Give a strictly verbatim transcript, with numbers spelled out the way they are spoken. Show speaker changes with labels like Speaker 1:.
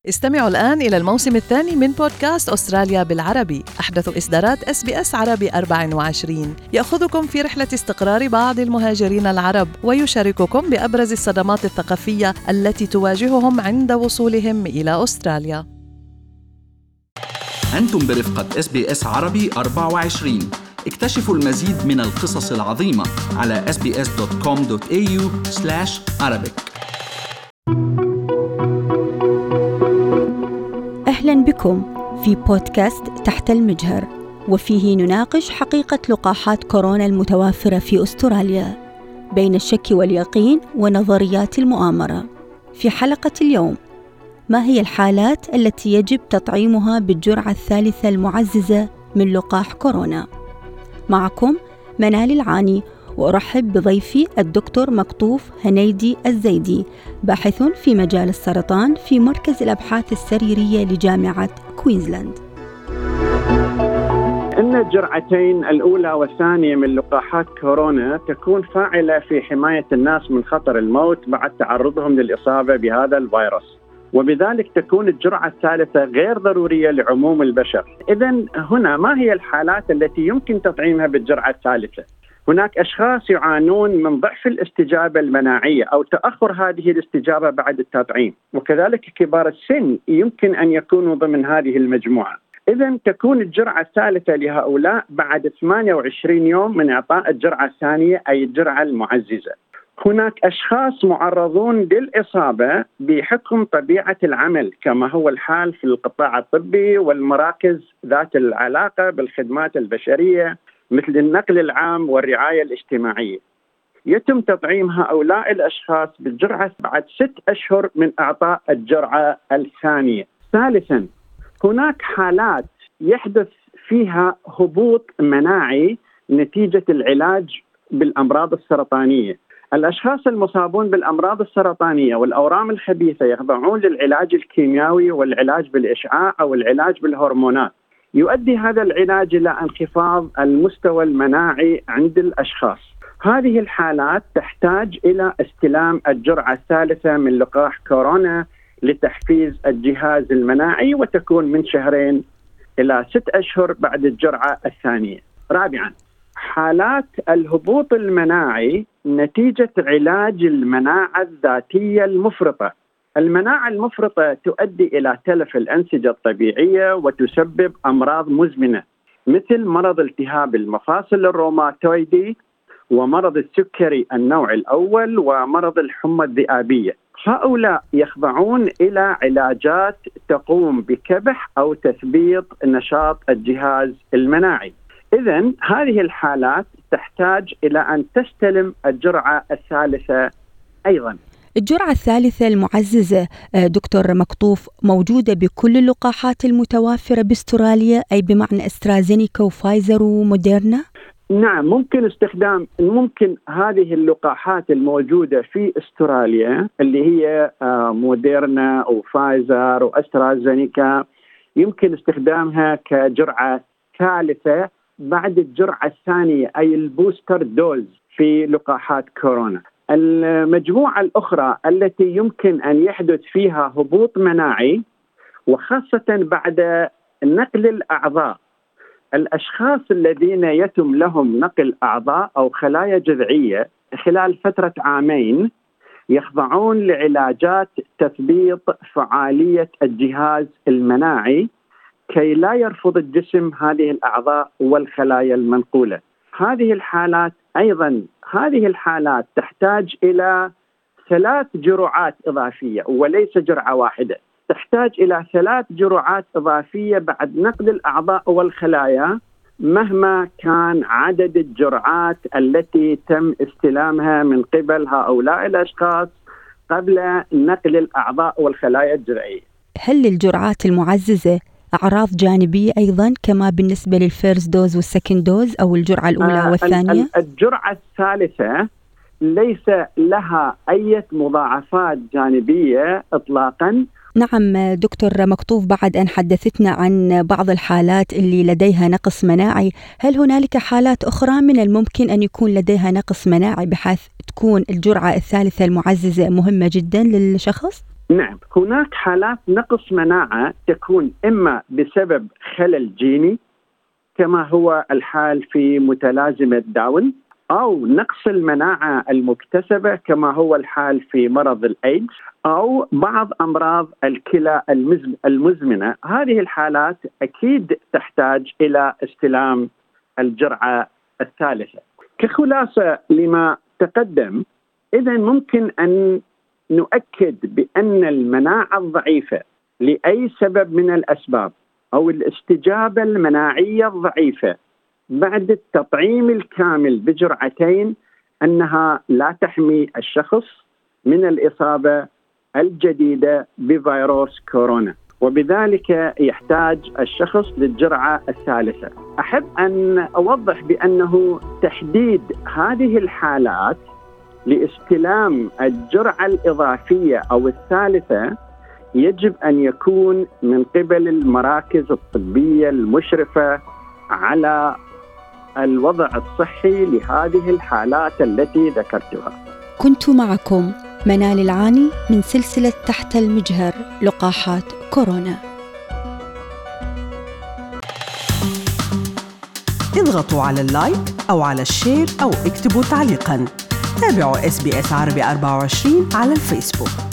Speaker 1: استمعوا الآن إلى الموسم الثاني من بودكاست أستراليا بالعربي، أحدث إصدارات إس بي إس عربي أربعة وعشرين، يأخذكم في رحلة استقرار بعض المهاجرين العرب ويشارككم بأبرز الصدمات الثقافية التي تواجههم عند وصولهم إلى أستراليا.
Speaker 2: أنتم برفقة إس بي إس عربي أربعة وعشرين. اكتشفوا المزيد من القصص العظيمة على إس بي إس دوت كوم دوت إيه يو سلاش عربيك.
Speaker 3: أهلا بكم في بودكاست تحت المجهر، وفيه نناقش حقيقة لقاحات كورونا المتوافرة في أستراليا بين الشك واليقين ونظريات المؤامرة. في حلقة اليوم، ما هي الحالات التي يجب تطعيمها بالجرعة الثالثة المعززة من لقاح كورونا؟ معكم منال العاني، وأرحب بضيفي الدكتور مقطوف هنيدي الزيدي، باحث في مجال السرطان في مركز الأبحاث السريرية لجامعة كوينزلاند.
Speaker 4: إن الجرعتين الأولى والثانية من لقاحات كورونا تكون فاعلة في حماية الناس من خطر الموت بعد تعرضهم للإصابة بهذا الفيروس، وبذلك تكون الجرعة الثالثة غير ضرورية لعموم البشر. إذن هنا ما هي الحالات التي يمكن تطعيمها بالجرعة الثالثة؟ هناك أشخاص يعانون من ضعف الاستجابة المناعية أو تأخر هذه الاستجابة بعد التطعيم، وكذلك كبار السن يمكن أن يكونوا ضمن هذه المجموعة. إذن تكون الجرعة الثالثة لهؤلاء بعد ثمانية وعشرين يوم من إعطاء الجرعة الثانية أي الجرعة المعززة. هناك أشخاص معرضون للإصابة بحكم طبيعة العمل، كما هو الحال في القطاع الطبي والمراكز ذات العلاقة بالخدمات البشرية مثل النقل العام والرعاية الاجتماعية. يتم تطعيم هؤلاء الأشخاص بالجرعة بعد ست أشهر من إعطاء الجرعة الثانية. ثالثاً، هناك حالات يحدث فيها هبوط مناعي نتيجة العلاج بالأمراض السرطانية. الأشخاص المصابون بالأمراض السرطانية والأورام الخبيثة يخضعون للعلاج الكيميائي والعلاج بالإشعاع أو العلاج بالهرمونات. يؤدي هذا العلاج إلى انخفاض المستوى المناعي عند الأشخاص. هذه الحالات تحتاج إلى استلام الجرعة الثالثة من لقاح كورونا لتحفيز الجهاز المناعي، وتكون من شهرين إلى ست أشهر بعد الجرعة الثانية. رابعاً، حالات الهبوط المناعي نتيجة علاج المناعة الذاتية المفرطة. المناعة المفرطة تؤدي إلى تلف الأنسجة الطبيعية وتسبب أمراض مزمنة مثل مرض التهاب المفاصل الروماتويدي ومرض السكري النوع الأول ومرض الحمى الذئابية. هؤلاء يخضعون إلى علاجات تقوم بكبح أو تثبيط نشاط الجهاز المناعي. إذن هذه الحالات تحتاج إلى أن تستلم الجرعة الثالثة أيضاً.
Speaker 3: الجرعة الثالثة المعززة دكتور مقطوف موجودة بكل اللقاحات المتوافرة باستراليا، أي بمعنى أسترازينيكا وفايزر وموديرنا؟
Speaker 4: نعم، ممكن استخدام ممكن هذه اللقاحات الموجودة في استراليا اللي هي موديرنا وفايزر وأسترازينيكا يمكن استخدامها كجرعة ثالثة بعد الجرعة الثانية أي البوستر دوز في لقاحات كورونا. المجموعة الأخرى التي يمكن أن يحدث فيها هبوط مناعي وخاصة بعد نقل الأعضاء، الأشخاص الذين يتم لهم نقل أعضاء أو خلايا جذعية خلال فترة عامين يخضعون لعلاجات تثبيط فعالية الجهاز المناعي كي لا يرفض الجسم هذه الأعضاء والخلايا المنقولة. هذه الحالات أيضاً هذه الحالات تحتاج إلى ثلاث جرعات إضافية وليس جرعة واحدة. تحتاج إلى ثلاث جرعات إضافية بعد نقل الأعضاء والخلايا مهما كان عدد الجرعات التي تم استلامها من قبل هؤلاء الأشخاص قبل نقل الأعضاء والخلايا الجذعية.
Speaker 3: هل للجرعات المعززة أعراض جانبية أيضاً كما بالنسبة للفيرست دوز والسكند دوز أو الجرعة الأولى
Speaker 4: آه
Speaker 3: والثانية؟
Speaker 4: الجرعة الثالثة ليس لها أي مضاعفات جانبية إطلاقاً.
Speaker 3: نعم دكتور مقطوف، بعد أن حدثتنا عن بعض الحالات اللي لديها نقص مناعي، هل هنالك حالات أخرى من الممكن أن يكون لديها نقص مناعي بحيث تكون الجرعة الثالثة المعززة مهمة جدا للشخص؟
Speaker 4: نعم، هناك حالات نقص مناعة تكون إما بسبب خلل جيني كما هو الحال في متلازمة داون، أو نقص المناعة المكتسبة كما هو الحال في مرض الإيدز، أو بعض أمراض الكلى المزمنة. هذه الحالات أكيد تحتاج إلى استلام الجرعة الثالثة. كخلاصة لما تقدم، إذن ممكن أن نؤكد بأن المناعة الضعيفة لأي سبب من الأسباب أو الاستجابة المناعية الضعيفة بعد التطعيم الكامل بجرعتين أنها لا تحمي الشخص من الإصابة الجديدة بفيروس كورونا، وبذلك يحتاج الشخص للجرعة الثالثة. أحب أن أوضح بأنه تحديد هذه الحالات لاستلام الجرعة الإضافية أو الثالثة يجب أن يكون من قبل المراكز الطبية المشرفة على الوضع الصحي لهذه الحالات التي ذكرتها.
Speaker 3: كنت معكم منال العاني من سلسلة تحت المجهر لقاحات كورونا.
Speaker 5: اضغطوا على اللايك أو على الشير أو اكتبوا تعليقاً. تابعوا إس بي إس عربي أربعة وعشرين على الفيسبوك.